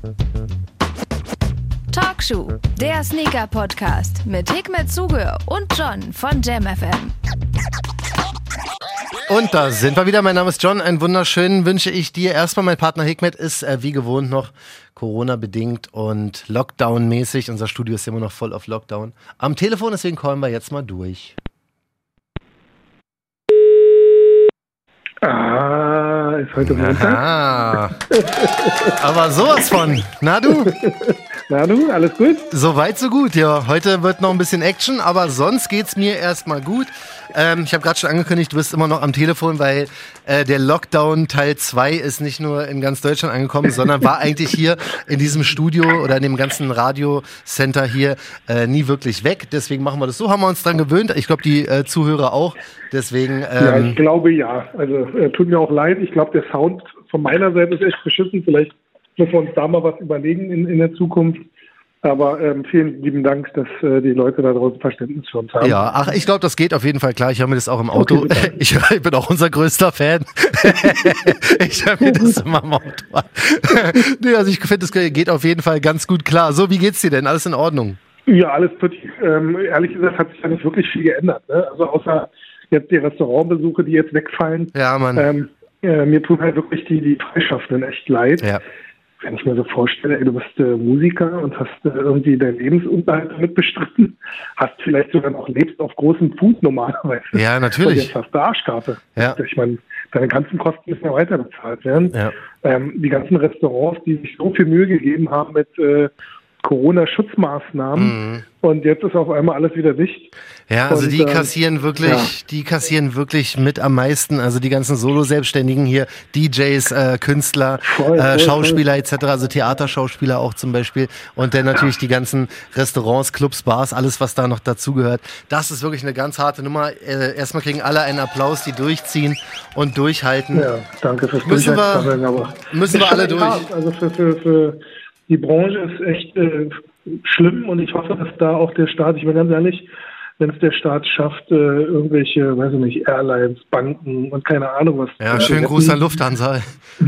Talkshow, der Sneaker-Podcast mit Hikmet Zuhör und John von Jam FM. Und da sind wir wieder. Mein Name ist John. Einen wunderschönen wünsche ich dir. Erstmal, mein Partner Hikmet ist wie gewohnt noch Corona-bedingt und Lockdown-mäßig. Unser Studio ist immer noch voll auf Lockdown. Am Telefon, deswegen callen wir jetzt mal durch. Ist heute Montag. Aber sowas von. Na du? Na du, alles gut? Soweit, so gut, ja. Heute wird noch ein bisschen Action, aber sonst geht's mir erstmal gut. Ich habe gerade schon angekündigt, du bist immer noch am Telefon, weil der Lockdown Teil 2 ist nicht nur in ganz Deutschland angekommen, sondern war eigentlich hier in diesem Studio oder in dem ganzen Radiocenter hier nie wirklich weg. Deswegen machen wir das so, haben wir uns dran gewöhnt. Ich glaube, die Zuhörer auch. Deswegen. Ja, ich glaube ja. Also tut mir auch leid. Ich glaube, der Sound von meiner Seite ist echt beschissen. Vielleicht müssen wir uns da mal was überlegen in der Zukunft. Aber vielen lieben Dank, dass die Leute da draußen Verständnis für uns haben. Ja, ach, ich glaube, das geht auf jeden Fall klar. Ich höre mir das auch im Auto. Okay, ich bin auch unser größter Fan. Ich höre mir das immer im Auto an. Nee, also ich finde, das geht auf jeden Fall ganz gut klar. So, wie geht's dir denn? Alles in Ordnung? Ja, alles tutti. Ehrlich gesagt hat sich ja nicht wirklich viel geändert. Ne? Also außer jetzt die Restaurantbesuche, die jetzt wegfallen. Ja, Mann. Mir tun halt wirklich die Freischaffenden echt leid. Ja. Wenn ich mir so vorstelle, du bist Musiker und hast irgendwie deinen Lebensunterhalt damit bestritten, hast vielleicht sogar noch lebst auf großem Fuß normalerweise. Ja, natürlich. Und jetzt hast du Arschkarte. Ja. Ich meine, deine ganzen Kosten müssen ja weiter bezahlt werden. Ja. Die ganzen Restaurants, die sich so viel Mühe gegeben haben mit Corona-Schutzmaßnahmen und jetzt ist auf einmal alles wieder dicht. Ja, also und, die kassieren wirklich mit am meisten, also die ganzen Solo-Selbstständigen hier, DJs, Künstler, Schauspieler etc., also Theaterschauspieler auch zum Beispiel und dann natürlich die ganzen Restaurants, Clubs, Bars, alles was da noch dazugehört. Das ist wirklich eine ganz harte Nummer. Erstmal kriegen alle einen Applaus, die durchziehen und durchhalten. Ja, danke fürs Müssen Durchhalten. wir alle durch. Also für die Branche ist echt schlimm und ich hoffe, dass da auch der Staat, ich bin ganz ehrlich, wenn es der Staat schafft, irgendwelche, weiß ich nicht, Airlines, Banken und keine Ahnung was. Ja, schönen Gruß an Lufthansa.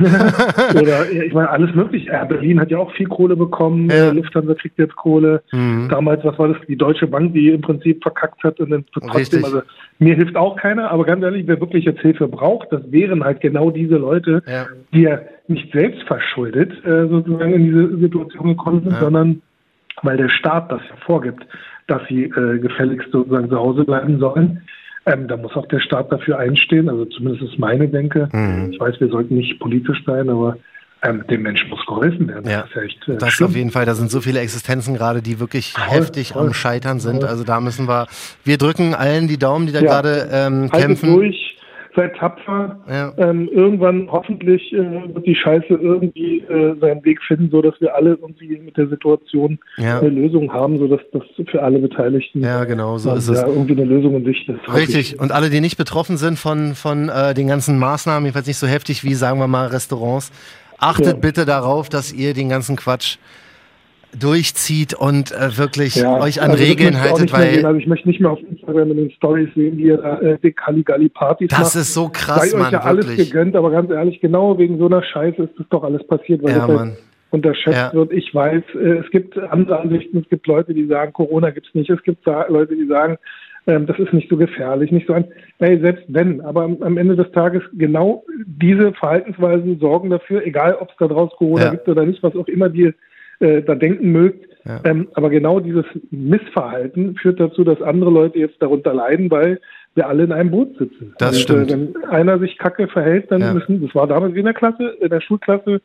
Oder, ich meine, alles möglich. Berlin hat ja auch viel Kohle bekommen, Lufthansa kriegt jetzt Kohle. Damals, was war das, die Deutsche Bank, die im Prinzip verkackt hat und dann trotzdem, also mir hilft auch keiner, aber ganz ehrlich, wer wirklich jetzt Hilfe braucht, das wären halt genau diese Leute, die ja nicht selbst verschuldet sozusagen in diese Situation gekommen sind, sondern weil der Staat das ja vorgibt, dass sie gefälligst sozusagen zu Hause bleiben sollen. Da muss auch der Staat dafür einstehen, also zumindest ist meine Denke. Ich weiß, wir sollten nicht politisch sein, aber dem Menschen muss geholfen werden. Ja, das ist ja echt das schlimm. auf jeden Fall. Da sind so viele Existenzen gerade, die wirklich heftig am Scheitern sind. Also da müssen wir drücken allen die Daumen, die da gerade kämpfen. Durch. Seid tapfer. Ja. Irgendwann hoffentlich wird die Scheiße irgendwie seinen Weg finden, so dass wir alle irgendwie mit der Situation eine Lösung haben, so dass das für alle Beteiligten genau so ist es. Irgendwie eine Lösung in Sicht ist. Richtig. Und alle, die nicht betroffen sind von den ganzen Maßnahmen, jedenfalls nicht so heftig wie, sagen wir mal, Restaurants, achtet bitte darauf, dass ihr den ganzen Quatsch durchzieht und wirklich euch an Regeln haltet, weil also ich möchte nicht mehr auf Instagram in den Stories sehen, wie ihr da dick Halligalli-Partys macht. Das ist so krass, Sei euch ja wirklich. Alles gegönnt, aber ganz ehrlich, genau wegen so einer Scheiße ist das doch alles passiert, weil das halt unterschätzt wird. Ich weiß, es gibt andere Ansichten, es gibt Leute, die sagen, Corona gibt's nicht, es gibt Leute, die sagen, das ist nicht so gefährlich, nicht so selbst wenn, aber am Ende des Tages genau diese Verhaltensweisen sorgen dafür, egal ob es da draußen Corona gibt oder nicht, was auch immer die da denken mögt. Aber genau dieses Missverhalten führt dazu, dass andere Leute jetzt darunter leiden, weil wir alle in einem Boot sitzen. Das stimmt. Wenn einer sich kacke verhält, dann müssen, das war damals wie in der Schulklasse,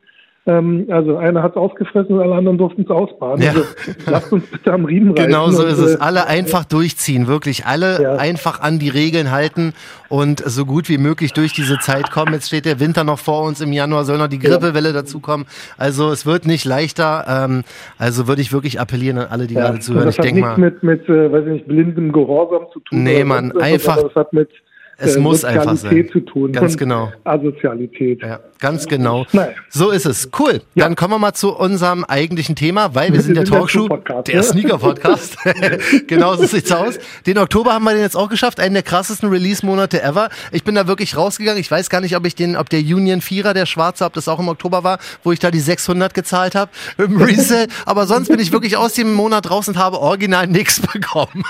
also einer hat es ausgefressen und alle anderen durften es ausbaden. Ja. Also lasst uns bitte am Riemen reißen. Genau so ist es. Alle einfach durchziehen, wirklich. Alle einfach an die Regeln halten und so gut wie möglich durch diese Zeit kommen. Jetzt steht der Winter noch vor uns, im Januar soll noch die Grippewelle dazukommen. Also es wird nicht leichter. Also würde ich wirklich appellieren an alle, die gerade zuhören. Das hat nichts mit weiß ich nicht, blindem Gehorsam zu tun. Nee, Mann, einfach. Das hat mit es muss einfach sein. zu tun. Ganz genau. Asozialität. Ja, ganz genau. Naja. So ist es. Cool. Ja. Dann kommen wir mal zu unserem eigentlichen Thema, weil wir sind der Talkshow, der Sneaker-Podcast. Genau so sieht's aus. Den Oktober haben wir den jetzt auch geschafft. Einen der krassesten Release-Monate ever. Ich bin da wirklich rausgegangen. Ich weiß gar nicht, ob der Union 4er, der schwarze, ob das auch im Oktober war, wo ich da die 600 gezahlt habe im Resale. Aber sonst bin ich wirklich aus dem Monat raus und habe original nichts bekommen.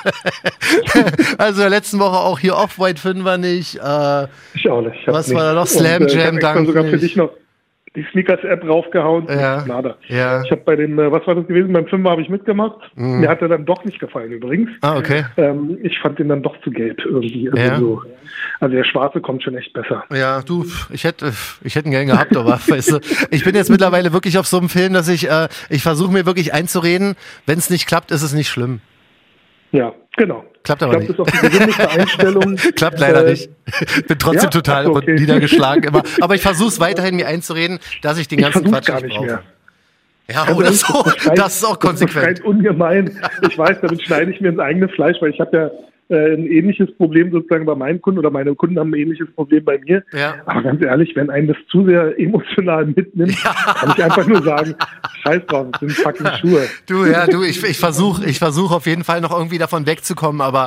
Also in der letzten Woche auch hier Off-White 5er nicht. Ich auch nicht. Was war da noch? Slam Jam, danke. Ich sogar für nicht. dich noch die Sneakers-App raufgehauen. Ja. Nada. Ja. Ich habe bei dem, was war das gewesen? Beim 5er habe ich mitgemacht. Mir hat er dann doch nicht gefallen übrigens. Ah, okay. Ich fand den dann doch zu gelb irgendwie. Ja. Also der schwarze kommt schon echt besser. Ja, du, ich hätte ihn gern gehabt, aber weißt du, ich bin jetzt mittlerweile wirklich auf so einem Film, dass ich versuche mir wirklich einzureden, wenn es nicht klappt, ist es nicht schlimm. Ja, genau. Klappt aber ich nicht. glaube, das ist auch die gesündeste Einstellung. Klappt leider nicht. Bin trotzdem total okay. niedergeschlagen immer. Aber ich versuche es weiterhin mir einzureden, dass ich den ganzen Quatsch gar nicht nicht brauche. mehr. Ja, oder so. Das ist auch konsequent. Das ist ungemein. Ich weiß, damit schneide ich mir ins eigene Fleisch, weil ich habe ja ein ähnliches Problem sozusagen bei meinen Kunden oder meine Kunden haben ein ähnliches Problem bei mir. Ja. Aber ganz ehrlich, wenn einen das zu sehr emotional mitnimmt, kann ich einfach nur sagen, scheiß drauf, das sind fucking Schuhe. Ich versuche auf jeden Fall noch irgendwie davon wegzukommen, aber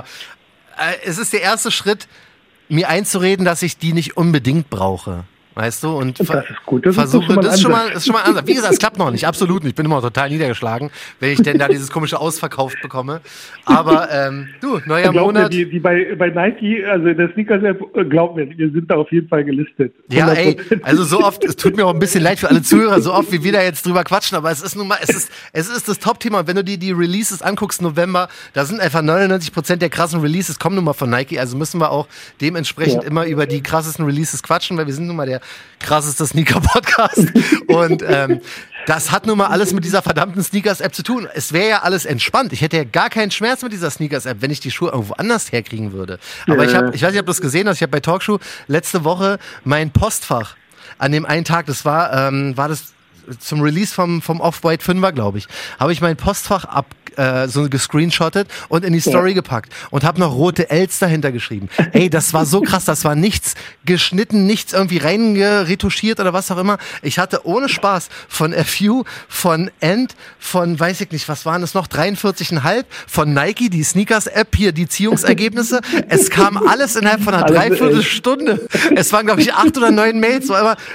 es ist der erste Schritt, mir einzureden, dass ich die nicht unbedingt brauche. Weißt du? Und das ist gut. Das ist schon mal ein Ansatz. Wie gesagt, es klappt noch nicht, absolut nicht. Ich bin immer total niedergeschlagen, wenn ich denn da dieses komische ausverkauft bekomme. Aber neuer Monat. Mir, die bei Nike, also in der Sneakers-App, glaub mir, wir sind da auf jeden Fall gelistet. 100%. Ja, ey, also so oft, es tut mir auch ein bisschen leid für alle Zuhörer, so oft wie wir da jetzt drüber quatschen, aber es ist nun mal, es ist das Top-Thema. Und wenn du dir die Releases anguckst, November, da sind einfach 99% der krassen Releases kommen nun mal von Nike, also müssen wir auch dementsprechend immer über die krassesten Releases quatschen, weil wir sind nun mal der krasseste Sneaker-Podcast. Und das hat nun mal alles mit dieser verdammten Sneakers-App zu tun. Es wäre ja alles entspannt. Ich hätte ja gar keinen Schmerz mit dieser Sneakers-App, wenn ich die Schuhe irgendwo anders herkriegen würde. Aber ich weiß nicht, ob du es gesehen hast, ich habe bei Talkshow letzte Woche mein Postfach an dem einen Tag, das war das zum Release vom Off-White 5er, glaube ich, habe ich mein Postfach so gescreenshottet und in die Story gepackt und habe noch rote Ls dahinter geschrieben. Ey, das war so krass, das war nichts geschnitten, nichts irgendwie reingeretuschiert oder was auch immer. Ich hatte ohne Spaß von FU, von End, von weiß ich nicht, was waren es noch, 43,5, von Nike, die Sneakers-App hier, die Ziehungsergebnisse. Es kam alles innerhalb von einer Dreiviertelstunde. Es waren, glaube ich, 8 oder 9 Mails, war immer,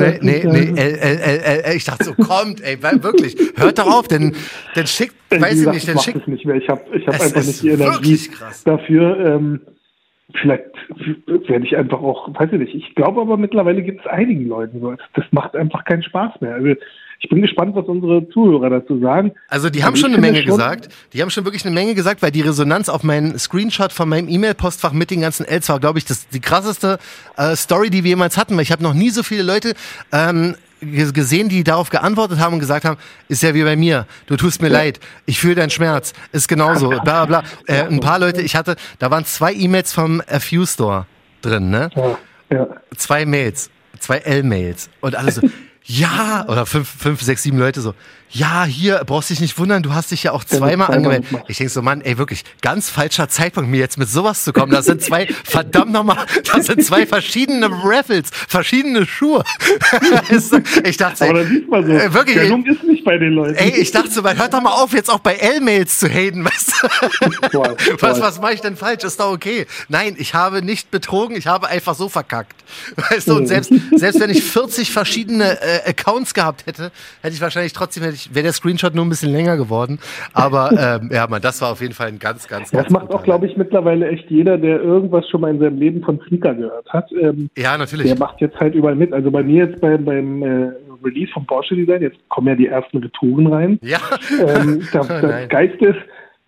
ich dachte so, kommt, ey, wirklich, hört doch auf, denn schickt, weiß ich nicht, dann schickt es nicht mehr. Ich hab einfach nicht die Energie dafür. Vielleicht werde ich einfach auch, weiß ich nicht. Ich glaube aber mittlerweile gibt es einigen Leuten so. Das macht einfach keinen Spaß mehr. Also ich bin gespannt, was unsere Zuhörer dazu sagen. Also die haben schon eine Menge gesagt. Die haben schon wirklich eine Menge gesagt, weil die Resonanz auf meinen Screenshot von meinem E-Mail-Postfach mit den ganzen Ls war, glaube ich, die krasseste Story, die wir jemals hatten. Weil ich habe noch nie so viele Leute gesehen, die darauf geantwortet haben und gesagt haben, ist ja wie bei mir, du tust mir leid, ich fühle deinen Schmerz, ist genauso, bla bla bla. Ein paar Leute, da waren 2 E-Mails vom FU Store drin, ne? Ja. 2 Mails, 2 L-Mails und alle so, ja, oder 5, 6, 7 Leute so, ja, hier, brauchst dich nicht wundern, du hast dich ja auch zweimal angemeldet. Ich denke so, Mann, ey, wirklich, ganz falscher Zeitpunkt, mir jetzt mit sowas zu kommen. Das sind 2, verdammt nochmal, das sind 2 verschiedene Raffles, verschiedene Schuhe. Ich dachte, aber das sieht man so, wirklich, der ist nicht bei den Leuten. Ey, ich dachte so, hört doch mal auf, jetzt auch bei L-Mails zu haten, weißt du? Voll. Was mache ich denn falsch? Ist doch okay. Nein, ich habe nicht betrogen, ich habe einfach so verkackt. Weißt du, und selbst wenn ich 40 verschiedene Accounts gehabt hätte, hätte ich wahrscheinlich trotzdem, wäre der Screenshot nur ein bisschen länger geworden. Aber ja, man, das war auf jeden Fall ein ganz Das macht auch, glaube ich, mittlerweile echt jeder, der irgendwas schon mal in seinem Leben von Sneaker gehört hat. Ja, natürlich. Der macht jetzt halt überall mit. Also bei mir jetzt beim Release vom Porsche Design, jetzt kommen ja die ersten Retouren rein. Ja. Das Geist ist,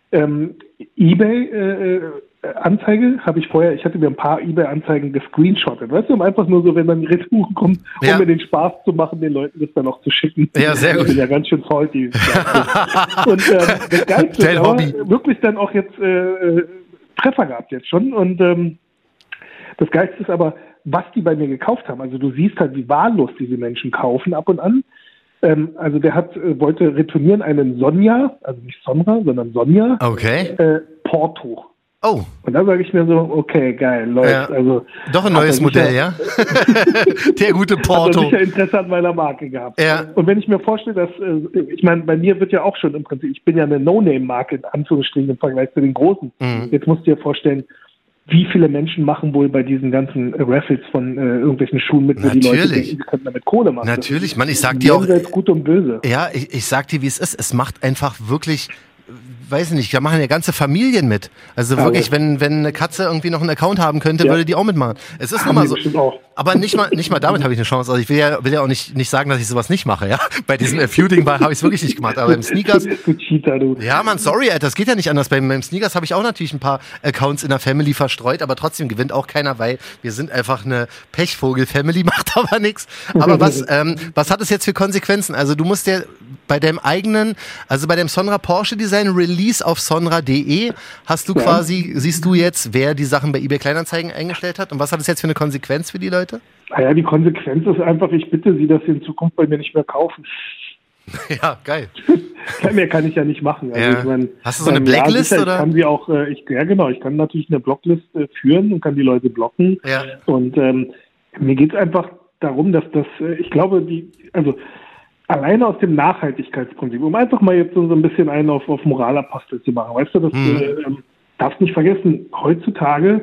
eBay Anzeige habe ich vorher, ich hatte mir ein paar eBay-Anzeigen gescreenshottet, weißt du, um einfach nur so, wenn dann die Retouren kommen, um mir den Spaß zu machen, den Leuten das dann auch zu schicken. Ja, sehr gut. Ich bin ja ganz schön faul, die. Und das Geilste ist aber wirklich dann auch jetzt Treffer gehabt jetzt schon und das Geilste ist aber, was die bei mir gekauft haben. Also du siehst halt, wie wahllos diese Menschen kaufen ab und an. Also der wollte retournieren einen Sonja, also nicht Sonra, sondern Sonja. Okay. Porto. Oh. Und da sage ich mir so, okay, geil, läuft. Ja. Also, doch ein neues Modell, ja? Der gute Porto. Hat sicher Interesse an meiner Marke gehabt. Ja. Und wenn ich mir vorstelle, dass, ich meine, bei mir wird ja auch schon im Prinzip, ich bin ja eine No-Name-Marke in Anführungsstrichen im Vergleich zu den Großen. Mhm. Jetzt musst du dir vorstellen, wie viele Menschen machen wohl bei diesen ganzen Raffles von irgendwelchen Schuhen mit, wo die Leute denken, sie könnten damit Kohle machen. Natürlich, Mann, ich sag dir auch. Gut und böse. Ja, ich sag dir, wie es ist. Es macht einfach wirklich, weiß nicht, da machen ja ganze Familien mit. Also wirklich, wenn eine Katze irgendwie noch einen Account haben könnte, würde die auch mitmachen. Es ist nun mal so. Aber nicht mal damit habe ich eine Chance. Also ich will ja auch nicht sagen, dass ich sowas nicht mache, ja. Bei diesem Feuding habe ich es wirklich nicht gemacht. Aber beim Sneakers. Ja, Mann, sorry, Alter, das geht ja nicht anders. Beim Sneakers habe ich auch natürlich ein paar Accounts in der Family verstreut, aber trotzdem gewinnt auch keiner, weil wir sind einfach eine Pechvogel-Family, macht aber nichts. Aber was hat es jetzt für Konsequenzen? Also du musst ja bei deinem eigenen, also bei dem Sonra Porsche Design Release auf sonra.de hast du quasi, siehst du jetzt, wer die Sachen bei eBay Kleinanzeigen eingestellt hat und was hat es jetzt für eine Konsequenz für die Leute? Naja, die Konsequenz ist einfach, ich bitte Sie, dass Sie in Zukunft bei mir nicht mehr kaufen. Ja, geil. Mehr kann ich ja nicht machen. Also ja. ich mein, hast du so eine Blacklist, oder? Ich kann sie auch, genau, ich kann natürlich eine Blocklist führen und kann die Leute blocken. Ja. Und mir geht es einfach darum, dass das, ich glaube, alleine aus dem Nachhaltigkeitsprinzip, um einfach mal jetzt so ein bisschen einen auf Moralapostel zu machen, weißt du, das darfst nicht vergessen, heutzutage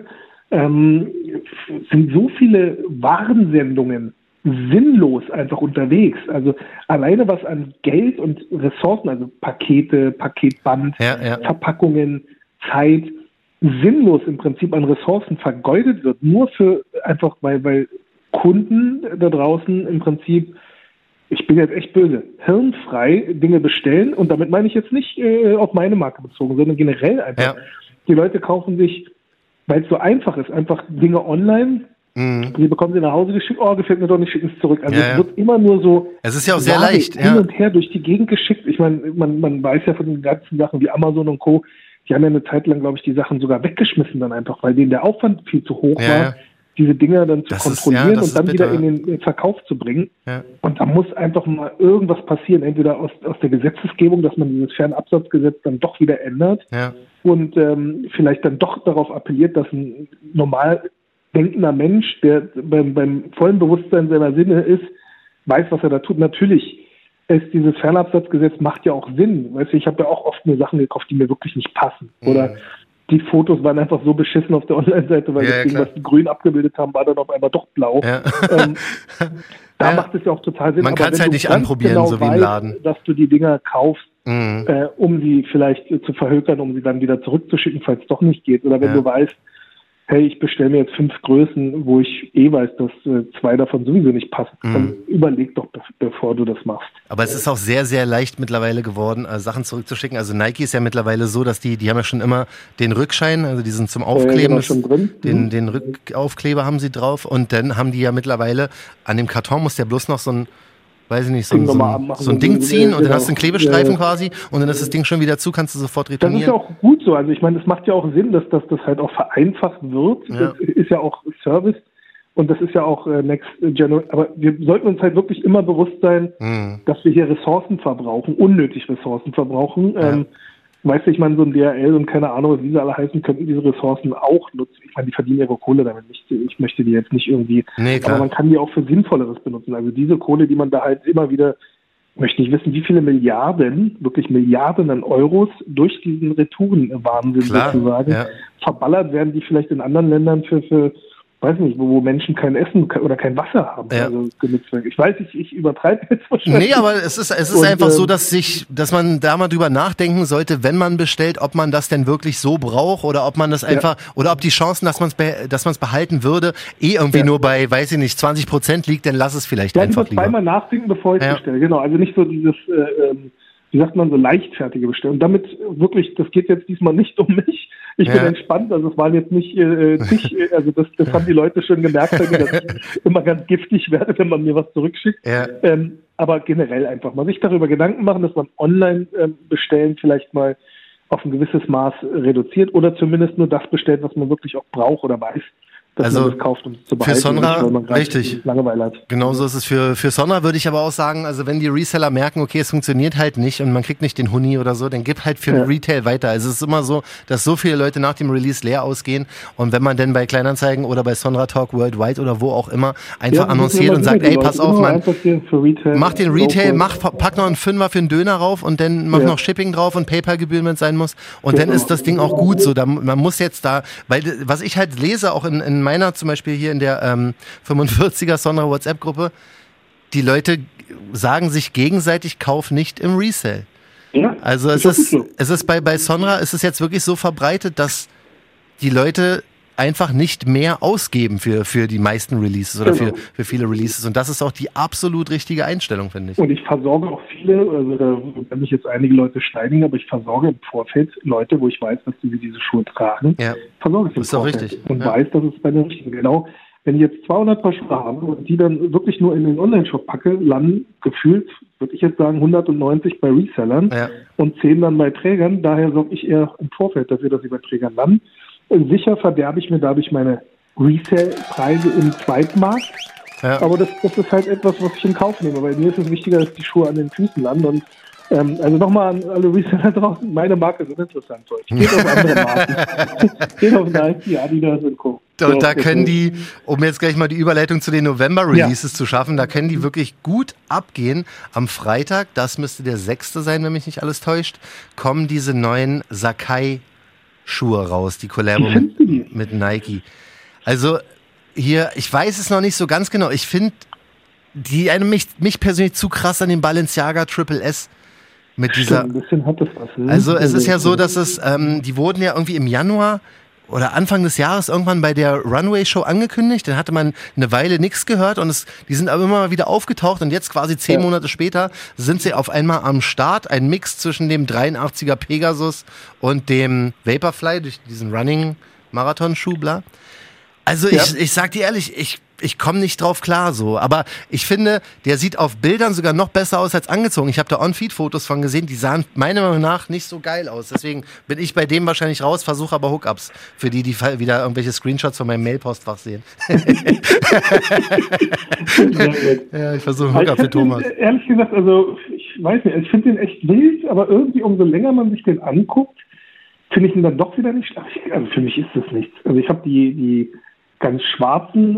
sind so viele Warnsendungen sinnlos einfach unterwegs. Also alleine was an Geld und Ressourcen, also Pakete, Paketband, Verpackungen, Zeit, sinnlos im Prinzip an Ressourcen vergeudet wird, nur für einfach, weil Kunden da draußen im Prinzip, ich bin jetzt echt böse, hirnfrei Dinge bestellen und damit meine ich jetzt nicht auf meine Marke bezogen, sondern generell einfach. Ja. Die Leute kaufen sich, weil es so einfach ist, einfach Dinge online. Die bekommen sie nach Hause geschickt, gefällt mir doch nicht, schicken es zurück. Also es wird immer nur so es ist ja auch sehr leicht, hin und her durch die Gegend geschickt. Ich meine, man weiß ja von den ganzen Sachen wie Amazon und Co., die haben ja eine Zeit lang, glaube ich, die Sachen sogar weggeschmissen dann einfach, weil denen der Aufwand viel zu hoch war, diese Dinger dann zu kontrollieren und dann wieder in den Verkauf zu bringen. Ja. Und da muss einfach mal irgendwas passieren, entweder aus der Gesetzesgebung, dass man dieses Fernabsatzgesetz dann doch wieder ändert und vielleicht dann doch darauf appelliert, dass ein normal denkender Mensch, der beim vollen Bewusstsein seiner Sinne ist, weiß, was er da tut. Natürlich ist dieses Fernabsatzgesetz macht ja auch Sinn. Weißt du, ich habe ja auch oft mir Sachen gekauft, die mir wirklich nicht passen. Oder die Fotos waren einfach so beschissen auf der Online-Seite, weil das Ding, was die grün abgebildet haben, war dann auf einmal doch blau. Ja. Da macht es ja auch total Sinn. Man kann es halt nicht anprobieren, so wie im Laden. Dass du die Dinger kaufst, um sie vielleicht zu verhökern, um sie dann wieder zurückzuschicken, falls es doch nicht geht. Oder wenn du weißt, hey, ich bestelle mir jetzt 5 Größen, wo ich weiß, dass 2 davon sowieso nicht passen. Dann überleg doch, bevor du das machst. Aber es ist auch sehr, sehr leicht mittlerweile geworden, Sachen zurückzuschicken. Also Nike ist ja mittlerweile so, dass die haben ja schon immer den Rückschein, also diesen zum Aufkleben, schon drin. Den Rückaufkleber haben sie drauf und dann haben die ja mittlerweile, an dem Karton muss der bloß noch so ein, weiß ich nicht, so ein Ding ziehen und dann hast du einen Klebestreifen quasi und dann ist das Ding schon wieder zu, kannst du sofort retournieren. Das ist ja auch gut so. Also ich meine, es macht ja auch Sinn, dass das halt auch vereinfacht wird. Ja. Das ist ja auch Service und das ist ja auch Next Generation. Aber wir sollten uns halt wirklich immer bewusst sein, dass wir hier Ressourcen verbrauchen, unnötig Ressourcen verbrauchen. Weißt du, ich meine, so ein DHL und keine Ahnung, wie sie alle heißen, könnten diese Ressourcen auch nutzen. Ich meine, die verdienen ihre Kohle damit nicht. Ich möchte die jetzt nicht irgendwie, aber man kann die auch für Sinnvolleres benutzen. Also diese Kohle, die man da halt immer wieder, möchte nicht wissen, wie viele Milliarden, wirklich Milliarden an Euros durch diesen Retourenwahnsinn sozusagen verballert werden, die vielleicht in anderen Ländern für weiß nicht, wo Menschen kein Essen oder kein Wasser haben. Ja. Also ich weiß, ich übertreibe jetzt wahrscheinlich. Nee, aber es ist einfach so, dass man da mal drüber nachdenken sollte, wenn man bestellt, ob man das denn wirklich so braucht oder ob man das einfach, oder ob die Chancen, dass man es behalten würde, irgendwie nur bei, weiß ich nicht, 20% liegt, dann lass es vielleicht einfach lieber. Ich muss zweimal nachdenken, bevor ich bestelle. Genau, also nicht so dieses, wie sagt man, so leichtfertige Bestellen. Und damit wirklich, das geht jetzt diesmal nicht um mich. Ich bin entspannt, also es waren jetzt nicht also das haben die Leute schon gemerkt, dass ich immer ganz giftig werde, wenn man mir was zurückschickt. Ja. Aber generell einfach mal sich darüber Gedanken machen, dass man online bestellen vielleicht mal auf ein gewisses Maß reduziert oder zumindest nur das bestellt, was man wirklich auch braucht oder weiß, dass man das kauft, um es zu behalten. Für Sonra, weil man richtig. Langeweile hat. Genauso ist es für Sonra, würde ich aber auch sagen, also wenn die Reseller merken, okay, es funktioniert halt nicht und man kriegt nicht den Huni oder so, dann gib halt für Retail weiter. Also es ist immer so, dass so viele Leute nach dem Release leer ausgehen und wenn man dann bei Kleinanzeigen oder bei Sonra Talk Worldwide oder wo auch immer einfach annonciert und sagt, ey, pass auf, Mann, mach den Retail, pack noch einen Fünfer für einen Döner rauf und dann mach noch Shipping drauf und PayPal-Gebühren, wenn es sein muss und dann ist das Ding auch gut so. Man muss jetzt da, weil was ich halt lese, auch in meiner zum Beispiel hier in der 45er Sonra WhatsApp-Gruppe, die Leute sagen sich gegenseitig, kauf nicht im Resale. Ja, also es ist bei Sonra ist es jetzt wirklich so verbreitet, dass die Leute einfach nicht mehr ausgeben für die meisten Releases oder für viele Releases. Und das ist auch die absolut richtige Einstellung, finde ich. Und ich versorge auch viele, also da werden mich jetzt einige Leute steigen, aber ich versorge im Vorfeld Leute, wo ich weiß, dass sie diese Schuhe tragen. Ja. Versorge ich im Vorfeld. Richtig. Und weiß, dass es bei den richtigen, genau. Wenn ich jetzt 200 Paar Schuhe habe und die dann wirklich nur in den Online-Shop packe, landen gefühlt, würde ich jetzt sagen, 190 bei Resellern und 10 dann bei Trägern. Daher sorge ich eher im Vorfeld dafür, dass sie bei Trägern landen. Sicher verderbe ich mir dadurch meine Resale-Preise im Zweitmarkt. Ja. Aber das ist halt etwas, was ich in Kauf nehme, weil mir ist es wichtiger, dass die Schuhe an den Füßen landen. Und also nochmal an alle Reseller draußen, meine Marke sind interessant für euch. Geht auf andere Marken. Geht auf Nike, Adidas und Co. Und da können die, um jetzt gleich mal die Überleitung zu den November-Releases zu schaffen, da können die wirklich gut abgehen. Am Freitag, das müsste der 6. sein, wenn mich nicht alles täuscht, kommen diese neuen Sacai-Schuhe raus, die Collabo mit Nike. Also hier, ich weiß es noch nicht so ganz genau. Ich finde die mich persönlich zu krass an den Balenciaga Triple S mit dieser. Ein bisschen hat das was. Ne? Also es ist ja so, dass es, die wurden ja irgendwie im Januar oder Anfang des Jahres irgendwann bei der Runway-Show angekündigt. Dann hatte man eine Weile nichts gehört und die sind aber immer mal wieder aufgetaucht und jetzt quasi 10 Monate später sind sie auf einmal am Start. Ein Mix zwischen dem 83er Pegasus und dem Vaporfly durch diesen Running-Marathon-Schuh, bla. Also ich sag dir ehrlich, ich komme nicht drauf klar so, aber ich finde, der sieht auf Bildern sogar noch besser aus als angezogen. Ich habe da On-Feed-Fotos von gesehen, die sahen meiner Meinung nach nicht so geil aus. Deswegen bin ich bei dem wahrscheinlich raus, versuche aber Hookups für die wieder irgendwelche Screenshots von meinem Mailpostfach sehen. Ja, ich versuche einen Hookup für Thomas. Ehrlich gesagt, also ich weiß nicht, ich finde den echt wild, aber irgendwie umso länger man sich den anguckt, finde ich ihn dann doch wieder nicht schlecht. Also für mich ist das nichts. Also ich habe die ganz schwarzen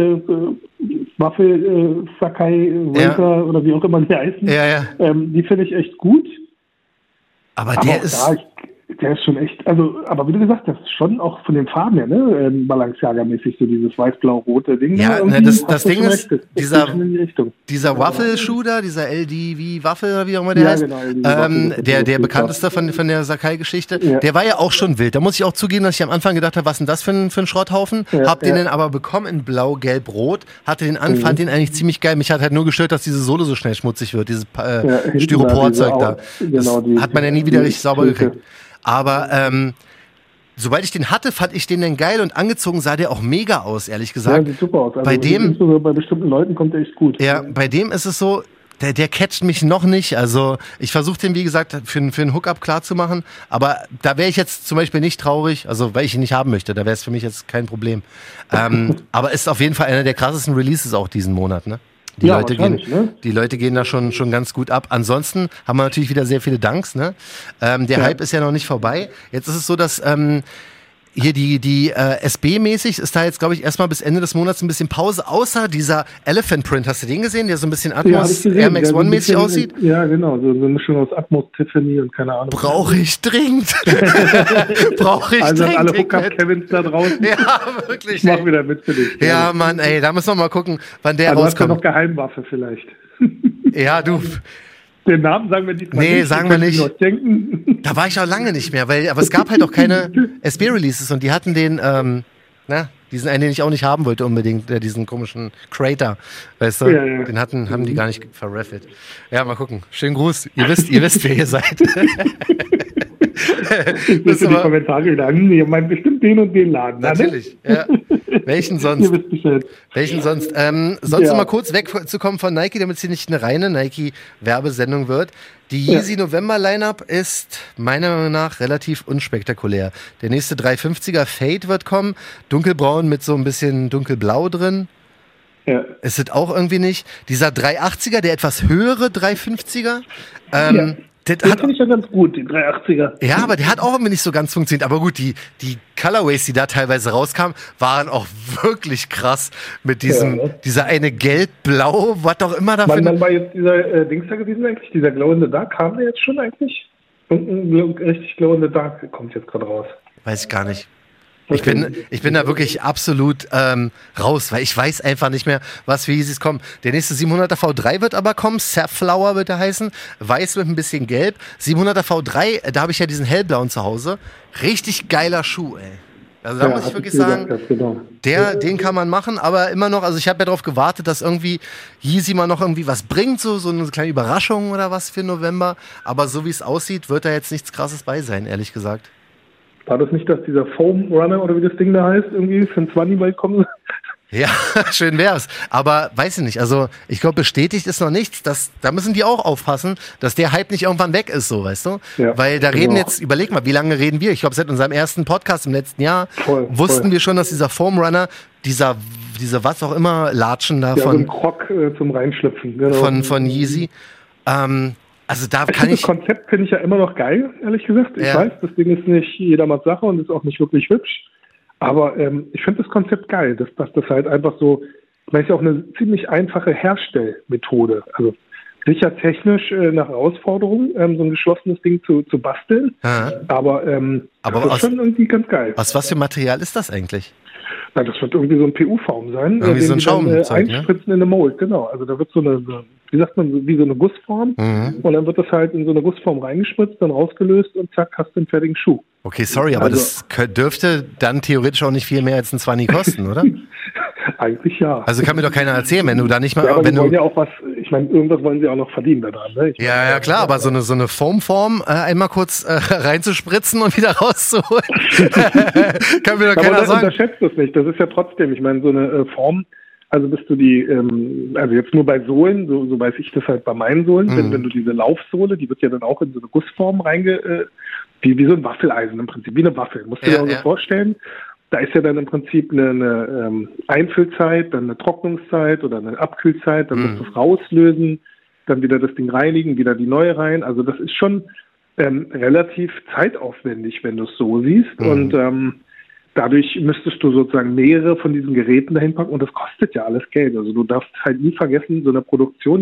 Waffel, Wafer oder wie auch immer die heißen, die finde ich echt gut. Aber der ist... Der ist schon echt, also, aber wie du gesagt hast, schon auch von den Farben her, ne, Balenciaga-mäßig, so dieses weiß-blau-rote Ding. Ja, ne, das Ding ist, dieser Waffelschuh da, dieser LDV-Waffel oder wie auch immer der heißt, genau, der bekannteste von der Sacai-Geschichte, der war ja auch schon wild. Da muss ich auch zugeben, dass ich am Anfang gedacht habe, was ist denn das für ein Schrotthaufen? Hab den dann aber bekommen in blau, gelb, rot, hatte den an, fand den eigentlich ziemlich geil. Mich hat halt nur gestört, dass diese Sohle so schnell schmutzig wird, dieses Styroporzeug da. Das hat man ja nie wieder richtig sauber gekriegt. Aber sobald ich den hatte, fand ich den dann geil und angezogen sah der auch mega aus, ehrlich gesagt. Ja, sieht super aus. Also bei bestimmten Leuten kommt der echt gut. Ja, bei dem ist es so, der catcht mich noch nicht. Also ich versuche den, wie gesagt, für einen Hookup klar zu machen. Aber da wäre ich jetzt zum Beispiel nicht traurig, also weil ich ihn nicht haben möchte. Da wäre es für mich jetzt kein Problem. Aber ist auf jeden Fall einer der krassesten Releases auch diesen Monat, ne? Die Leute gehen da schon ganz gut ab. Ansonsten haben wir natürlich wieder sehr viele Danks, ne? Der Hype ist ja noch nicht vorbei. Jetzt ist es so, dass hier die SB-mäßig ist da jetzt, glaube ich, erstmal bis Ende des Monats ein bisschen Pause, außer dieser Elephant Print. Hast du den gesehen, der so ein bisschen Atmos Air Max One-mäßig aussieht? Ja, genau, so eine Mischung aus Atmos, Tiffany und keine Ahnung. Brauche ich dringend. Also alle Hookup-Kevins da draußen. Ja, wirklich. Ich mach wieder mit für dich. Ja, Mann, ey, da müssen wir mal gucken, wann der rauskommt. Du hast ja noch Geheimwaffe vielleicht. Ja, du... Den Namen sagen wir nicht. Nee, sagen wir nicht. Da war ich auch lange nicht mehr, aber es gab halt auch keine SB-Releases und die hatten den, diesen einen, den ich auch nicht haben wollte unbedingt, diesen komischen Crater, weißt du? Ja. Den haben die gar nicht verraffelt. Ja, mal gucken. Schönen Gruß. Ihr wisst, wer ihr seid. Ich muss die Kommentare wieder an. Ihr meint bestimmt den und den Laden. Natürlich, ja. Welchen sonst? Ihr wisst Bescheid. Welchen sonst? Sonst mal kurz wegzukommen von Nike, damit es hier nicht eine reine Nike-Werbesendung wird. Die Yeezy November Lineup ist meiner Meinung nach relativ unspektakulär. Der nächste 350er Fade wird kommen, dunkelbraun mit so ein bisschen dunkelblau drin. Ja. Ist es auch irgendwie nicht. Dieser 380er, der etwas höhere 350er, Den finde ich ja ganz gut, die 380er. Ja, aber der hat auch irgendwie nicht so ganz funktioniert. Aber gut, die Colorways, die da teilweise rauskamen, waren auch wirklich krass. Mit dieser eine gelb-blau, was auch immer da Wann war jetzt dieser Dings da gewesen eigentlich? Dieser Glow in the Dark, kam der jetzt schon eigentlich? Irgendein richtig Glow in the Dark kommt jetzt gerade raus. Weiß ich gar nicht. Ich bin da wirklich absolut raus, weil ich weiß einfach nicht mehr, was für Yeezys kommen. Der nächste 700er V3 wird aber kommen, Safflower wird er heißen, weiß mit ein bisschen gelb. 700er V3, da habe ich ja diesen hellblauen zu Hause. Richtig geiler Schuh, ey. Also da muss ich wirklich sagen, den kann man machen, aber immer noch, also ich habe ja darauf gewartet, dass irgendwie Yeezy mal noch irgendwie was bringt, so eine kleine Überraschung oder was für November. Aber so wie es aussieht, wird da jetzt nichts Krasses bei sein, ehrlich gesagt. War das nicht, dass dieser Foam Runner oder wie das Ding da heißt, irgendwie für ein 20 bald kommen? Ja, schön wär's. Aber weiß ich nicht. Also ich glaube, bestätigt ist noch nichts. Da müssen die auch aufpassen, dass der Hype nicht irgendwann weg ist, so, weißt du? Ja, weil da reden jetzt, überleg mal, wie lange reden wir? Ich glaube, seit unserem ersten Podcast im letzten Jahr wussten wir schon, dass dieser Foam Runner, diese was auch immer Latschen da so ein Krog zum Reinschlüpfen. Genau. Von Yeezy. Also da kann das Konzept finde ich ja immer noch geil, ehrlich gesagt. Ich weiß, das Ding ist nicht jedermanns Sache und ist auch nicht wirklich hübsch. Aber ich finde das Konzept geil, dass das halt einfach so, ich meine, ist ja auch eine ziemlich einfache Herstellmethode. Also sicher technisch eine Herausforderung, so ein geschlossenes Ding zu basteln. Aber das ist schon irgendwie ganz geil. Aus was für Material ist das eigentlich? Na, das wird irgendwie so ein PU-Form sein. Irgendwie so ein Schaumzeug, einspritzen in eine Mold, genau. Also da wird so eine, wie sagt man, wie so eine Gussform. Und dann wird das halt in so eine Gussform reingespritzt, dann rausgelöst und zack, hast du einen fertigen Schuh. Okay, sorry, aber das dürfte dann theoretisch auch nicht viel mehr als ein 20 kosten, oder? Eigentlich ja. Also kann mir doch keiner erzählen, wenn du da nicht mal... Ja, aber wenn die wollen ja auch was, ich meine, irgendwas wollen sie auch noch verdienen daran. Ne? Ja, klar, aber so eine Foamform einmal kurz reinzuspritzen und wieder rauszuholen, kann mir doch keiner sagen. Unterschätzt das nicht, das ist ja trotzdem, ich meine, so eine Form, also bist du die, also jetzt nur bei Sohlen, so weiß ich das halt bei meinen Sohlen, wenn du diese Laufsohle, die wird ja dann auch in so eine Gussform wie so ein Waffeleisen im Prinzip, wie eine Waffel, musst du dir auch so vorstellen. Da ist ja dann im Prinzip eine Einfüllzeit, dann eine Trocknungszeit oder eine Abkühlzeit, dann musst du es rauslösen, dann wieder das Ding reinigen, wieder die neue rein. Also das ist schon relativ zeitaufwendig, wenn du es so siehst. Und dadurch müsstest du sozusagen mehrere von diesen Geräten dahin packen und das kostet ja alles Geld. Also du darfst halt nie vergessen, so eine Produktion,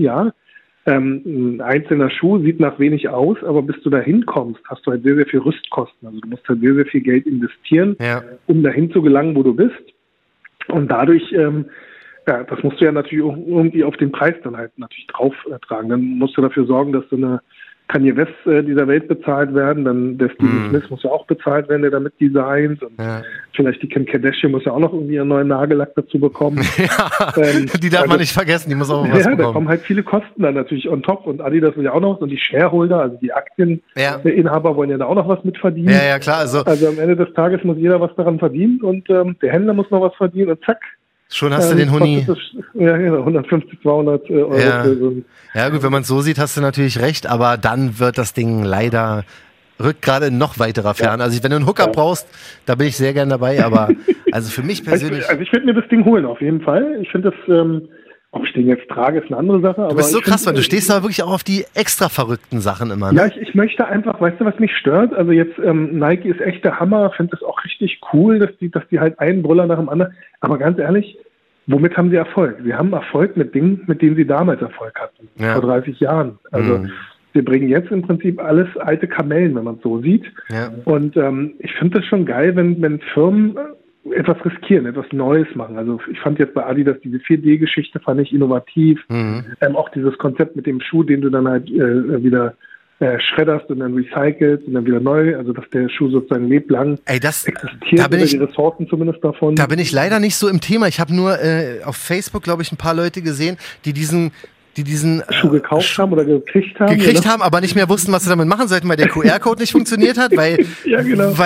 ein einzelner Schuh sieht nach wenig aus, aber bis du da hinkommst, hast du halt sehr, sehr viel Rüstkosten. Also du musst halt sehr, sehr viel Geld investieren, um dahin zu gelangen, wo du bist. Und dadurch, das musst du ja natürlich auch irgendwie auf den Preis dann halt natürlich drauf tragen. Dann musst du dafür sorgen, dass so eine Kanye West dieser Welt bezahlt werden, dann der Steven Smith muss ja auch bezahlt werden, der damit designt und vielleicht die Kim Kardashian muss ja auch noch irgendwie einen neuen Nagellack dazu bekommen. Die darf man nicht vergessen, die muss auch was bekommen. Da kommen halt viele Kosten dann natürlich on top und Adidas will ja auch noch und die Shareholder, also die Aktieninhaber wollen ja da auch noch was mit verdienen. Ja, klar. Also am Ende des Tages muss jeder was daran verdienen und der Händler muss noch was verdienen und zack. Schon hast du den Huni. Ja, genau, 150, 200 Euro. Ja, gut, wenn man es so sieht, hast du natürlich recht, aber dann wird das Ding leider rückt gerade in noch weiterer Ferne. Also wenn du einen Hooker brauchst, da bin ich sehr gern dabei, aber also für mich persönlich... Also ich würde mir das Ding holen, auf jeden Fall. Ich finde das... ob ich den jetzt trage, ist eine andere Sache. Du bist so krass, weil du stehst da wirklich auch auf die extra verrückten Sachen immer. Ne? Ja, ich möchte einfach, weißt du, was mich stört? Also jetzt Nike ist echt der Hammer, finde das auch richtig cool, dass die halt einen Brüller nach dem anderen. Aber ganz ehrlich, womit haben sie Erfolg? Sie haben Erfolg mit Dingen, mit denen sie damals Erfolg hatten, vor 30 Jahren. Also wir bringen jetzt im Prinzip alles alte Kamellen, wenn man es so sieht. Ja. Und ich finde das schon geil, wenn Firmen etwas riskieren, etwas Neues machen. Also ich fand jetzt bei Adidas diese 4D-Geschichte fand ich innovativ. Auch dieses Konzept mit dem Schuh, den du dann halt wieder schredderst und dann recycelst und dann wieder neu, also dass der Schuh sozusagen leblang existiert, oder die Ressourcen zumindest davon. Da bin ich leider nicht so im Thema. Ich habe nur auf Facebook, glaube ich, ein paar Leute gesehen, die diesen die diesen Schuh gekauft haben oder gekriegt haben, aber nicht mehr wussten, was sie damit machen sollten, weil der QR-Code nicht funktioniert hat, weil, ja, genau.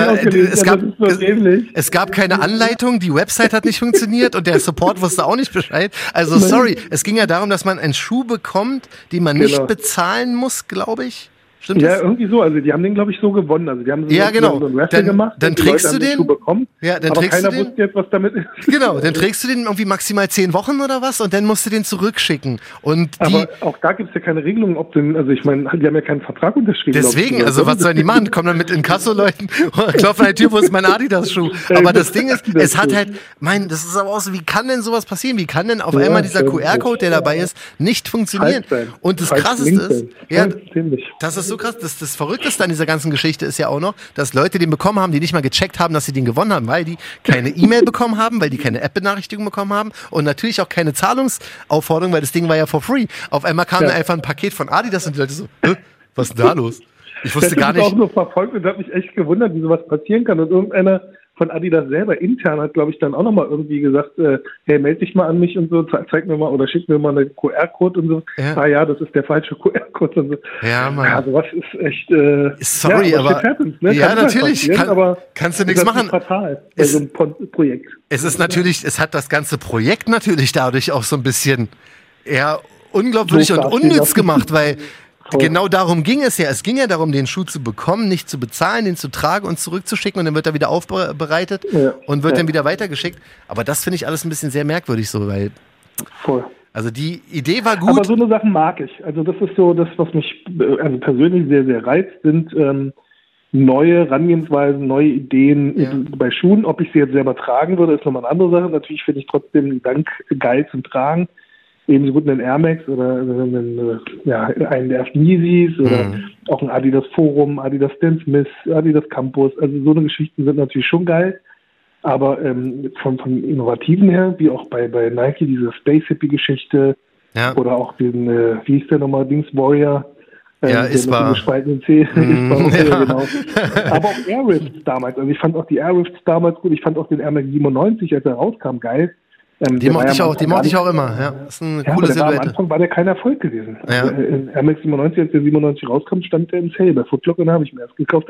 es gab keine Anleitung, die Website hat nicht funktioniert und der Support wusste auch nicht Bescheid. Also sorry, es ging ja darum, dass man einen Schuh bekommt, den man nicht bezahlen muss, glaube ich. Stimmt ja, das? irgendwie so. Also die haben den, glaube ich, so gewonnen. Also die haben so einen Wrestling gemacht. Dann trägst du den. Bekommen, ja, dann aber trägst keiner du den, wusste jetzt, was damit ist. Genau, dann trägst du den irgendwie maximal 10 Wochen oder was und dann musst du den zurückschicken. Aber auch da gibt es ja keine Regelung, ob den, also ich meine, die haben ja keinen Vertrag unterschrieben. Deswegen, also was sollen die machen? Kommen dann mit Inkasso-Leuten und klopfen an die Tür, wo ist mein Adidas-Schuh? Aber das Ding ist, es hat halt, das ist aber auch so, wie kann denn sowas passieren? Wie kann denn auf einmal dieser QR-Code, der dabei ist, nicht funktionieren? Und das Krasseste ist, das ist so krass, das Verrückteste an dieser ganzen Geschichte ist ja auch noch, dass Leute den bekommen haben, die nicht mal gecheckt haben, dass sie den gewonnen haben, weil die keine E-Mail bekommen haben, weil die keine App-Benachrichtigung bekommen haben und natürlich auch keine Zahlungsaufforderung, weil das Ding war ja for free. Auf einmal kam da einfach ein Paket von Adidas und die Leute so, was ist denn da los? Ich wusste gar nicht. Ich habe auch nur verfolgt und habe mich echt gewundert, wie sowas passieren kann und irgendeiner von Adidas selber intern hat, glaube ich, dann auch nochmal irgendwie gesagt, hey, melde dich mal an mich und so, zeig mir mal oder schick mir mal einen QR-Code und so. Ja. Ah ja, das ist der falsche QR-Code und so. Ja, Mann. Ja, sowas ist echt, sorry, aber happens, ne? Ja, natürlich, kannst du nichts machen. Fatal bei so einem Projekt. Es ist natürlich, es hat das ganze Projekt natürlich dadurch auch so ein bisschen eher unglaubwürdig und unnütz gemacht, weil genau darum ging es ja. Es ging ja darum, den Schuh zu bekommen, nicht zu bezahlen, den zu tragen und zurückzuschicken und dann wird er wieder aufbereitet und wird dann wieder weitergeschickt. Aber das finde ich alles ein bisschen sehr merkwürdig so, weil also die Idee war gut. Aber so eine Sachen mag ich. Also das ist so das, was mich also persönlich sehr, sehr reizt, sind neue Herangehensweisen, neue Ideen bei Schuhen. Ob ich sie jetzt selber tragen würde, ist nochmal eine andere Sache. Natürlich finde ich trotzdem den Dank geil zum Tragen. Ebenso gut einen Air Max oder einen der ersten Yeezys oder auch ein Adidas Forum, Adidas Stan Smith, Adidas Campus. Also so eine Geschichten sind natürlich schon geil. Aber von Innovativen her, wie auch bei Nike, diese Space Hippie Geschichte oder auch den, wie hieß der nochmal, Dings Warrior, Ispa. Gespaltenen C. Genau. Aber auch Air Rifts damals. Also ich fand auch die Air Rifts damals gut. Ich fand auch den Air Max 97, als er rauskam, geil. Die mochte ich auch immer. Ja, das ist eine coole Silhouette. Am Anfang war der kein Erfolg gewesen. Ja. Also in Air Max 97, als der 97 rauskam, stand der im Sale. Bei Foot Locker habe ich mir erst gekauft.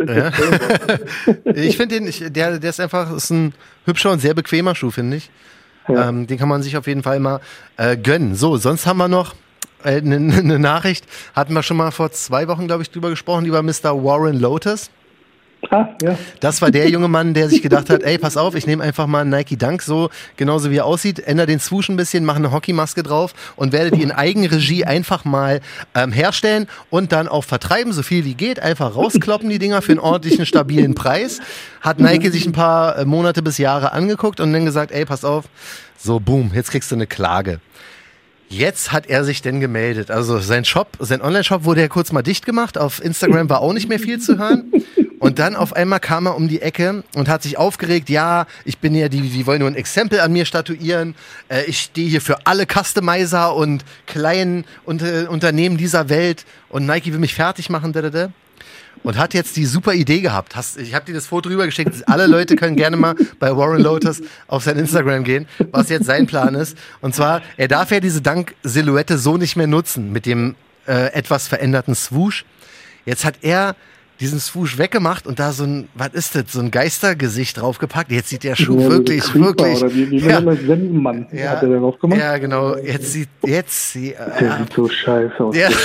Ich finde der ist einfach, ist ein hübscher und sehr bequemer Schuh, finde ich. Ja. Den kann man sich auf jeden Fall mal gönnen. So, sonst haben wir noch eine Nachricht. Hatten wir schon mal vor 2 Wochen, glaube ich, drüber gesprochen, über Mr. Warren Lotus. Ja. Das war der junge Mann, der sich gedacht hat, ey, pass auf, ich nehme einfach mal einen Nike Dunk, so genauso wie er aussieht, ändere den Swoosh ein bisschen, mache eine Hockeymaske drauf und werde die in Eigenregie einfach mal herstellen und dann auch vertreiben, so viel wie geht, einfach rauskloppen die Dinger für einen ordentlichen, stabilen Preis. Hat Nike sich ein paar Monate bis Jahre angeguckt und dann gesagt, ey, pass auf, so boom, jetzt kriegst du eine Klage. Jetzt hat er sich denn gemeldet. Also sein Online-Shop wurde ja kurz mal dicht gemacht. Auf Instagram war auch nicht mehr viel zu hören. Und dann auf einmal kam er um die Ecke und hat sich aufgeregt, ja, ich bin ja die wollen nur ein Exempel an mir statuieren. Ich stehe hier für alle Customizer und kleinen Unternehmen dieser Welt und Nike will mich fertig machen. Und hat jetzt die super Idee gehabt. Ich habe dir das Foto rübergeschickt. Alle Leute können gerne mal bei Warren Lotus auf sein Instagram gehen, was jetzt sein Plan ist. Und zwar, er darf ja diese Dunk-Silhouette so nicht mehr nutzen mit dem etwas veränderten Swoosh. Jetzt hat er diesen Swoosh weggemacht und da so ein Geistergesicht draufgepackt. Jetzt sieht der Schuh wirklich. Oder wie Sensenmann hat er da drauf gemacht? Ja, genau. Jetzt sieht der sieht so scheiße aus. Ja.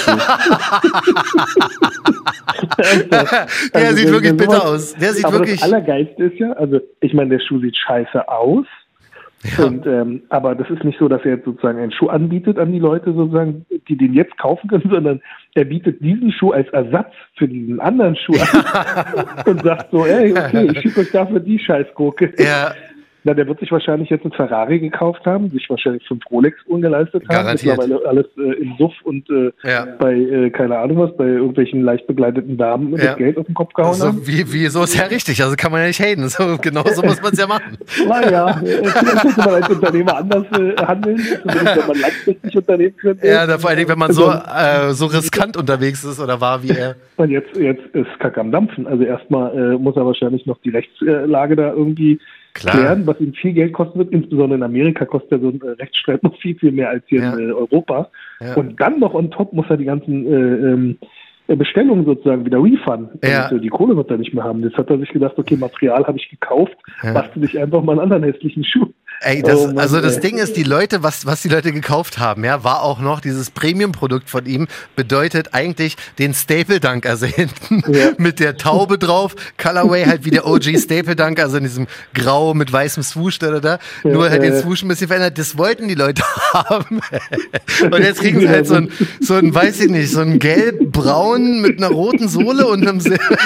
Der sieht wirklich bitter aus. Der sieht wirklich. Das Allergeilste ist ja, also ich meine, der Schuh sieht scheiße aus. Ja. Und, aber das ist nicht so, dass er jetzt sozusagen einen Schuh anbietet an die Leute sozusagen, die den jetzt kaufen können, sondern er bietet diesen Schuh als Ersatz für diesen anderen Schuh an und sagt so, ey, okay, ich schicke euch dafür die Scheißgurke. Ja. Na, der wird sich wahrscheinlich jetzt einen Ferrari gekauft haben, sich wahrscheinlich 5 Rolex-Uhren geleistet haben. Garantiert. Mittlerweile alles im Suff und bei, keine Ahnung was, bei irgendwelchen leicht begleiteten Damen das Geld auf den Kopf gehauen haben. So ist ja richtig, also kann man ja nicht haten. So, genau so muss man es ja machen. Naja, vielleicht könnte man als Unternehmer anders handeln, zumindest wenn man langfristig Unternehmen führt. Ja, vor allen Dingen, wenn man so riskant unterwegs ist oder war wie er. Und jetzt ist Kack am Dampfen. Also erstmal muss er wahrscheinlich noch die Rechtslage da irgendwie klären, was ihnen viel Geld kosten wird. Insbesondere in Amerika kostet ja so ein Rechtsstreit noch viel, viel mehr als hier in Europa. Ja. Und dann noch on top muss er die ganzen Bestellungen sozusagen wieder refunden. Und die Kohle wird er nicht mehr haben. Jetzt hat er sich gedacht, okay, Material habe ich gekauft, bastel ich einfach mal einen anderen hässlichen Schuh. Ey, das Ding ist, die Leute, was die Leute gekauft haben, war auch noch dieses Premium-Produkt von ihm, bedeutet eigentlich den Staple Dunk, also hinten mit der Taube drauf, Colorway halt wie der OG Staple Dunk, also in diesem Grau mit weißem Swoosh nur halt den Swoosh ein bisschen verändert, das wollten die Leute haben. Und jetzt kriegen sie halt so ein, weiß ich nicht, so ein gelb-braun mit einer roten Sohle und einem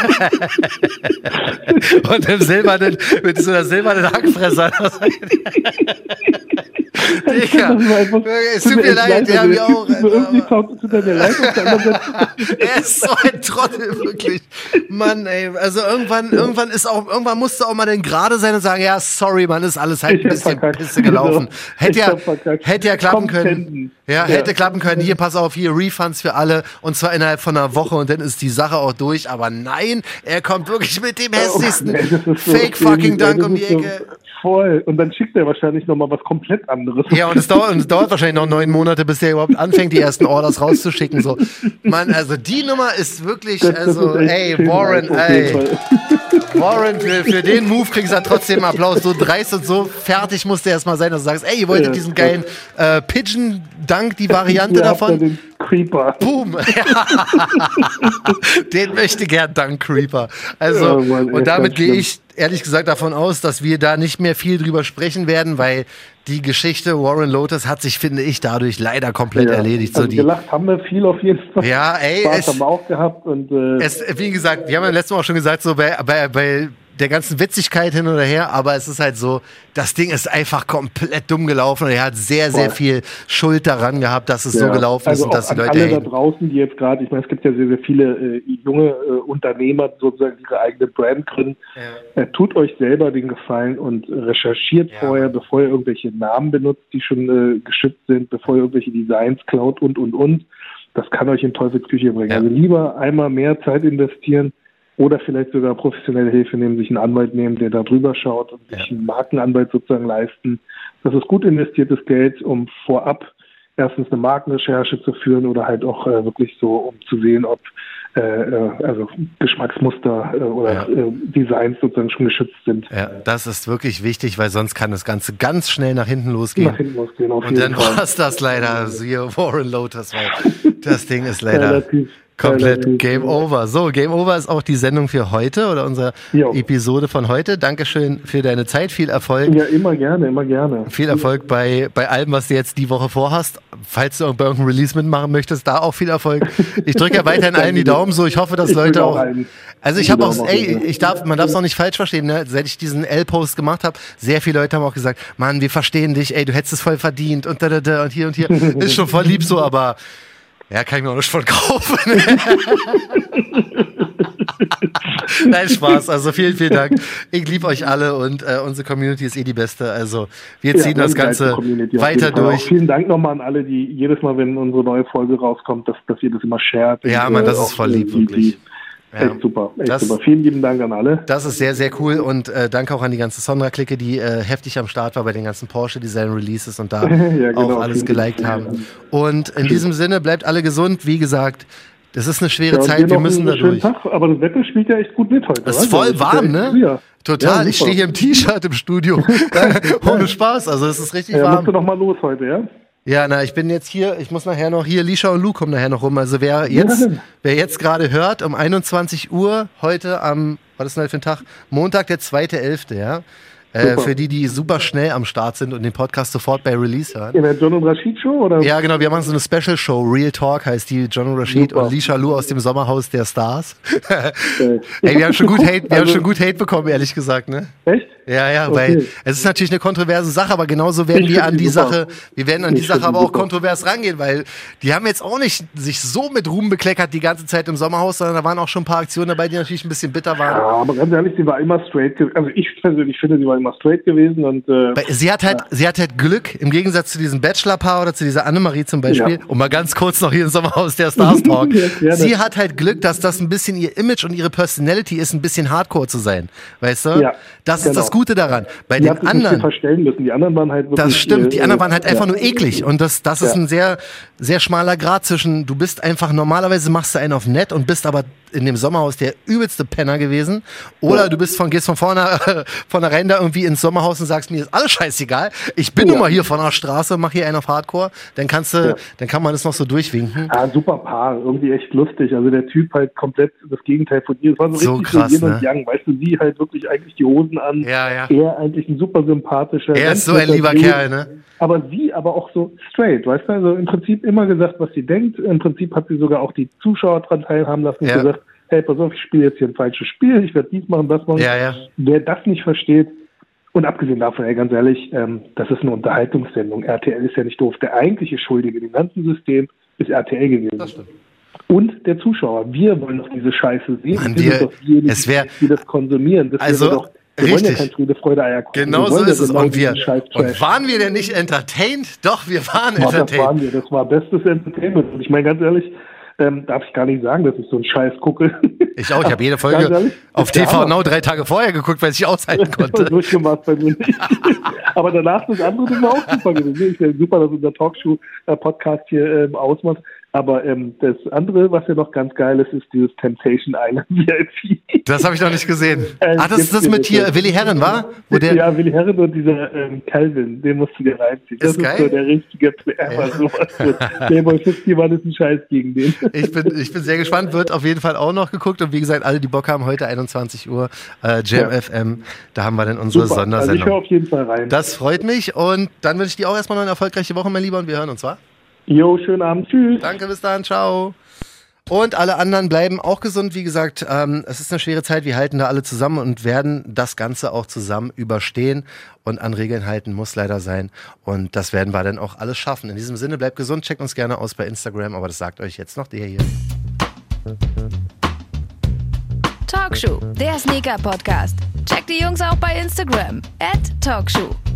silbernen, mit so einer silbernen Hackfresse. Digga, es tut mir leid, wir haben ja auch. Er ist so ein Trottel, wirklich. Mann, ey, also irgendwann musst du auch mal denn gerade sein und sagen, ja, sorry, Mann, ist alles halt ein bisschen Pisse gelaufen. Hätte ja klappen können. Hätte klappen können. Hier, pass auf, hier Refunds für alle und zwar innerhalb von einer Woche und dann ist die Sache auch durch. Aber nein, er kommt wirklich mit dem hässlichsten Fake-Fucking-Dunk um die Ecke. Voll. Und dann schickt er wahrscheinlich nochmal was komplett anderes. Ja, und es dauert wahrscheinlich noch 9 Monate, bis der überhaupt anfängt, die ersten Orders rauszuschicken. So. Mann, also die Nummer ist wirklich, Warren, Warren, für den Move kriegst du trotzdem Applaus. So dreist und so fertig musste er erstmal sein, dass du sagst, ey, ihr wolltet diesen geilen Pigeon-Dunk, die Variante davon. Den Creeper. Boom. Den möchte gern Dunk Creeper. Also, und damit gehe ich ehrlich gesagt davon aus, dass wir da nicht mehr viel drüber sprechen werden, weil die Geschichte Warren Lotas hat sich, finde ich, dadurch leider komplett erledigt. Also gelacht haben wir viel auf jeden Fall. Ja, ey. Spaß haben wir auch gehabt. Und, wie gesagt, wir haben ja letztes Mal auch schon gesagt, so bei der ganzen Witzigkeit hin oder her, aber es ist halt so, das Ding ist einfach komplett dumm gelaufen und er hat sehr, sehr viel Schuld daran gehabt, dass es so gelaufen ist und dass die Leute alle da draußen, die jetzt gerade, ich meine, es gibt ja sehr, sehr viele junge Unternehmer, sozusagen, die ihre eigene Brand gründen. Tut euch selber den Gefallen und recherchiert vorher, bevor ihr irgendwelche Namen benutzt, die schon geschützt sind, bevor ihr irgendwelche Designs klaut und. Das kann euch in Teufelsküche bringen. Also lieber einmal mehr Zeit investieren, oder vielleicht sogar professionelle Hilfe nehmen, sich einen Anwalt nehmen, der da drüber schaut und sich einen Markenanwalt sozusagen leisten. Das ist gut investiertes Geld, um vorab erstens eine Markenrecherche zu führen oder halt auch wirklich so, um zu sehen, ob also Geschmacksmuster oder Designs sozusagen schon geschützt sind. Ja, das ist wirklich wichtig, weil sonst kann das Ganze ganz schnell nach hinten losgehen. Auf und jeden dann war es das leider, siehe Warren Lotas, weil das Ding ist leider komplett Game Over. So, Game Over ist auch die Sendung für heute oder unsere Episode von heute. Dankeschön für deine Zeit. Viel Erfolg. Ja, immer gerne, immer gerne. Viel Erfolg bei allem, was du jetzt die Woche vorhast. Falls du bei irgendeinem Release mitmachen möchtest, da auch viel Erfolg. Ich drücke ja weiterhin allen die Daumen. So, ich hoffe, dass Leute auch. Also ich habe auch, man darf es auch nicht falsch verstehen, ne? Seit ich diesen L-Post gemacht habe, sehr viele Leute haben auch gesagt, Mann, wir verstehen dich, ey, du hättest es voll verdient und und hier und hier. Ist schon voll lieb so, aber ja, kann ich mir auch nicht von kaufen. Nein, Spaß. Also vielen, vielen Dank. Ich liebe euch alle und unsere Community ist die beste. Also wir ziehen das Ganze weiter durch. Auch vielen Dank nochmal an alle, die jedes Mal, wenn unsere neue Folge rauskommt, dass ihr das immer shared. Ja, Mann, das ist voll lieb, wirklich. Echt super, super. Vielen lieben Dank an alle. Das ist sehr, sehr cool und danke auch an die ganze Sonra-Clique, die heftig am Start war bei den ganzen Porsche-Design-Releases und da auch alles geliked haben. Und in diesem Sinne, bleibt alle gesund. Wie gesagt, das ist eine schwere Zeit, wir müssen da durch. Tag, aber das Wetter spielt ja echt gut mit heute. Es ist voll warm, ne? Ja. Total, ja, ich stehe hier im T-Shirt im Studio. Ohne Spaß, also es ist richtig warm. Musst du noch mal los heute, ja? Ja, ich bin jetzt hier, ich muss nachher noch hier, Lisha und Lou kommen nachher noch rum. Also wer jetzt gerade hört, um 21 Uhr heute am, was ist denn heute für ein Tag? Montag, der 2.11., ja? Für die super schnell am Start sind und den Podcast sofort bei Release hören. In der John und Rashid Show, oder? Ja, genau, wir machen so eine Special Show, Real Talk heißt die, John und Rashid und Lisha Lou aus dem Sommerhaus der Stars. Ey, wir haben schon gut Hate bekommen, ehrlich gesagt, ne? Echt? Ja, weil es ist natürlich eine kontroverse Sache, aber genauso werden wir an die Sache aber auch kontrovers rangehen, weil die haben jetzt auch nicht sich so mit Ruhm bekleckert die ganze Zeit im Sommerhaus, sondern da waren auch schon ein paar Aktionen dabei, die natürlich ein bisschen bitter waren. Ja, aber ganz ehrlich, sie war immer straight, also ich persönlich finde, sie war immer straight gewesen und sie hat halt Glück, im Gegensatz zu diesem Bachelor-Paar oder zu dieser Annemarie zum Beispiel, um mal ganz kurz noch hier im Sommerhaus der Stars Talk, sie hat halt Glück, dass das ein bisschen ihr Image und ihre Personality ist, ein bisschen hardcore zu sein, weißt du? Ja, das ist das Gute daran. Bei den anderen verstellen müssen. Die anderen waren halt wirklich, das stimmt, die anderen waren halt einfach nur eklig. Und das ist ein sehr, sehr schmaler Grad zwischen, du bist einfach, normalerweise machst du einen auf nett und bist aber in dem Sommerhaus der übelste Penner gewesen. Oder du gehst von vornherein da irgendwie ins Sommerhaus und sagst, mir ist alles scheißegal. Ich bin nun mal hier von der Straße, mach hier einen auf Hardcore. Dann kann man das noch so durchwinken. Ja, super Paar, irgendwie echt lustig. Also der Typ halt komplett das Gegenteil von ihr. Es war so richtig krass, so Yin und Yang. Weißt du, sie halt wirklich eigentlich die Hosen an. Ja. Er eigentlich ein super sympathischer. Er ist so ein lieber Kerl, ne? Aber sie aber auch so straight, weißt du? Also im Prinzip immer gesagt, was sie denkt. Im Prinzip hat sie sogar auch die Zuschauer dran teilhaben lassen und gesagt, hey, pass auf, ich spiele jetzt hier ein falsches Spiel, ich werde dies machen, das machen. Wer das nicht versteht, und abgesehen davon, ey, ganz ehrlich, das ist eine Unterhaltungssendung. RTL ist ja nicht doof. Der eigentliche Schuldige im ganzen System ist RTL gewesen. Das stimmt. Und der Zuschauer. Wir wollen doch diese Scheiße sehen. Mann, die das konsumieren. Das also, doch, wir wollen ja kein Friede, Freude, Eierkuchen. Genau so ist es. Und waren wir denn nicht entertained? Doch, wir waren entertained. Das war bestes Entertainment. Und ich meine, ganz ehrlich, darf ich gar nicht sagen, dass ich so einen Scheiß gucke. Ich auch. Ich habe jede Folge auf TV Now 3 Tage vorher geguckt, weil ich nicht aushalten konnte. Durchgemacht bei mir nicht. Aber danach das andere, das war auch super gewesen. Ich finde super, dass unser Talkshow-Podcast hier ausmacht. Aber das andere, was ja noch ganz geil ist, ist dieses Temptation Island VIP. Das habe ich noch nicht gesehen. Das ist das mit hier Willi Herren, war? Ja, Willi Herren und dieser Calvin, den musst du dir reinziehen. Das ist so der richtige Player. Playboy 50 war das ein Scheiß gegen den. Ich bin sehr gespannt, wird auf jeden Fall auch noch geguckt. Und wie gesagt, alle, die Bock haben, heute 21 Uhr, Jam FM, da haben wir dann unsere Sondersendung. Also ich höre auf jeden Fall rein. Das freut mich und dann wünsche ich dir auch erstmal noch eine erfolgreiche Woche, mein Lieber, und wir hören uns, wa? Jo, schönen Abend, tschüss. Danke, bis dann, ciao. Und alle anderen bleiben auch gesund. Wie gesagt, es ist eine schwere Zeit. Wir halten da alle zusammen und werden das Ganze auch zusammen überstehen. Und an Regeln halten muss leider sein. Und das werden wir dann auch alles schaffen. In diesem Sinne, bleibt gesund. Checkt uns gerne aus bei Instagram. Aber das sagt euch jetzt noch der hier. Talkshow, der Sneaker-Podcast. Checkt die Jungs auch bei Instagram @Talkshow.